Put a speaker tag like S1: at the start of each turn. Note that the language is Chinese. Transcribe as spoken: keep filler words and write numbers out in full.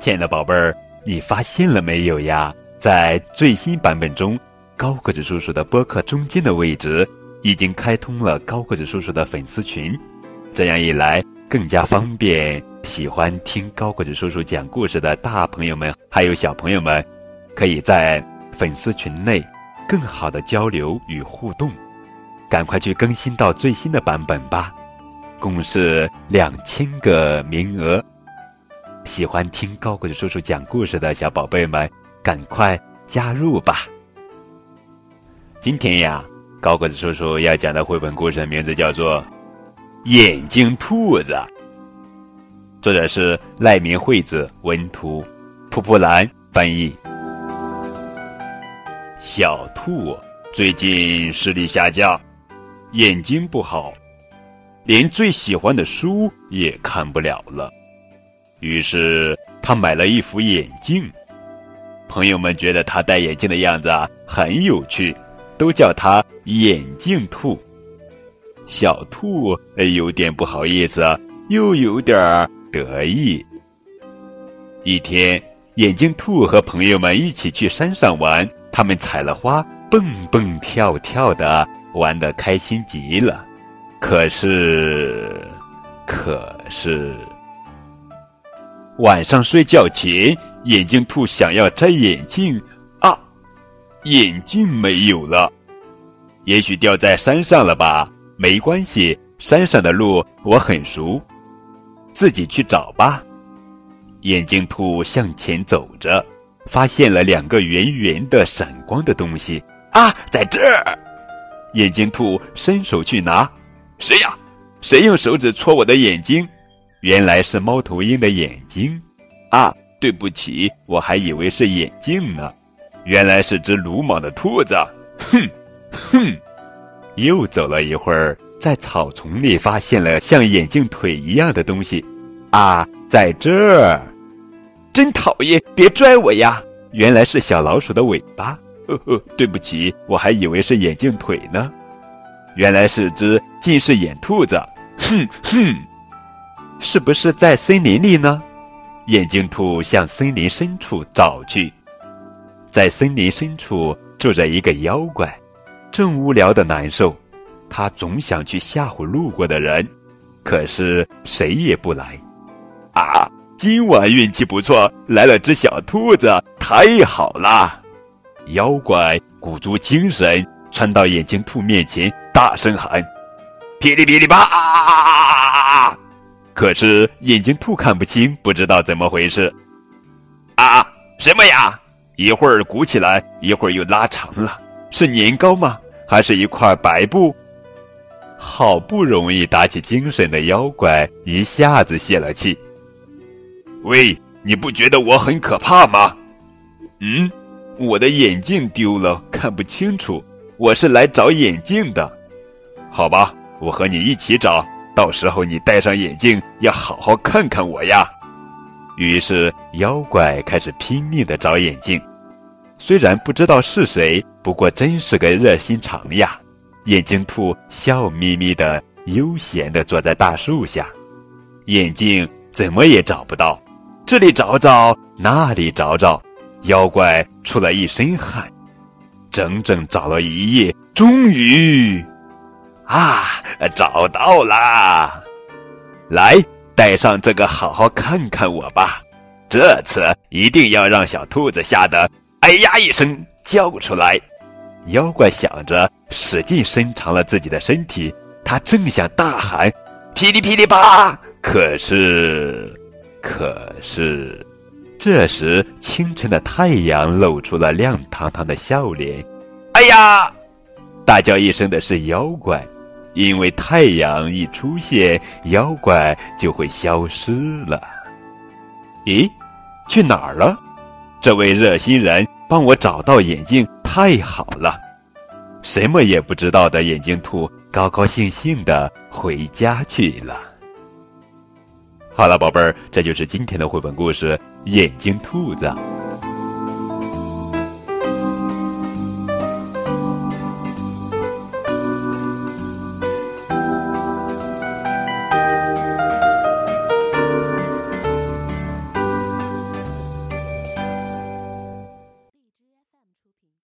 S1: 亲爱的宝贝儿，你发现了没有呀？在最新版本中，高个子叔叔的播客中间的位置已经开通了高个子叔叔的粉丝群，这样一来更加方便喜欢听高个子叔叔讲故事的大朋友们还有小朋友们，可以在粉丝群内更好的交流与互动。赶快去更新到最新的版本吧，共是两千个名额。喜欢听高个子叔叔讲故事的小宝贝们，赶快加入吧。今天呀，高个子叔叔要讲的绘本故事的名字叫做《眼睛兔子》，作者是赖明惠子文图，蒲蒲兰翻译。小兔最近视力下降，眼睛不好，连最喜欢的书也看不了了。于是他买了一副眼镜，朋友们觉得他戴眼镜的样子啊很有趣，都叫他眼镜兔。小兔有点不好意思，又有点得意。一天，眼镜兔和朋友们一起去山上玩，他们采了花，蹦蹦跳跳的，玩得开心极了。可是，可是晚上睡觉前，眼镜兔想要摘眼镜，啊，眼镜没有了。也许掉在山上了吧？没关系，山上的路我很熟，自己去找吧。眼镜兔向前走着，发现了两个圆圆的闪光的东西。啊，在这儿！眼镜兔伸手去拿。谁呀？谁用手指戳我的眼睛？原来是猫头鹰的眼睛。啊，对不起，我还以为是眼镜呢，原来是只鲁莽的兔子。哼哼。又走了一会儿，在草丛里发现了像眼镜腿一样的东西。啊，在这儿！真讨厌，别拽我呀！原来是小老鼠的尾巴。呵呵，对不起，我还以为是眼镜腿呢，原来是只近视眼兔子。哼哼。是不是在森林里呢？眼镜兔向森林深处找去。在森林深处住着一个妖怪，正无聊的难受，他总想去吓唬路过的人，可是谁也不来。啊，今晚运气不错，来了只小兔子，太好了！妖怪鼓足精神，窜到眼镜兔面前，大声喊：噼里噼里啪！啊！可是眼镜兔看不清，不知道怎么回事。啊，什么呀？一会儿鼓起来，一会儿又拉长了，是年糕吗？还是一块白布？好不容易打起精神的妖怪一下子泄了气。喂，你不觉得我很可怕吗？嗯，我的眼镜丢了，看不清楚，我是来找眼镜的。好吧，我和你一起找，到时候你戴上眼镜要好好看看我呀。于是妖怪开始拼命地找眼镜，虽然不知道是谁，不过真是个热心肠呀。眼镜兔笑眯眯地悠闲地坐在大树下，眼镜怎么也找不到，这里找找，那里找找，妖怪出了一身汗，整整找了一夜，终于啊，找到啦！来，戴上这个，好好看看我吧。这次一定要让小兔子吓得哎呀一声叫出来。妖怪想着，使劲伸长了自己的身体，他正想大喊噼里噼里啪，可是可是这时清晨的太阳露出了亮堂堂的笑脸。哎呀！大叫一声的是妖怪，因为太阳一出现，妖怪就会消失了。咦，去哪儿了？这位热心人帮我找到眼镜，太好了！什么也不知道的眼镜兔高高兴兴地回家去了。好了，宝贝儿，这就是今天的绘本故事《眼睛兔子》。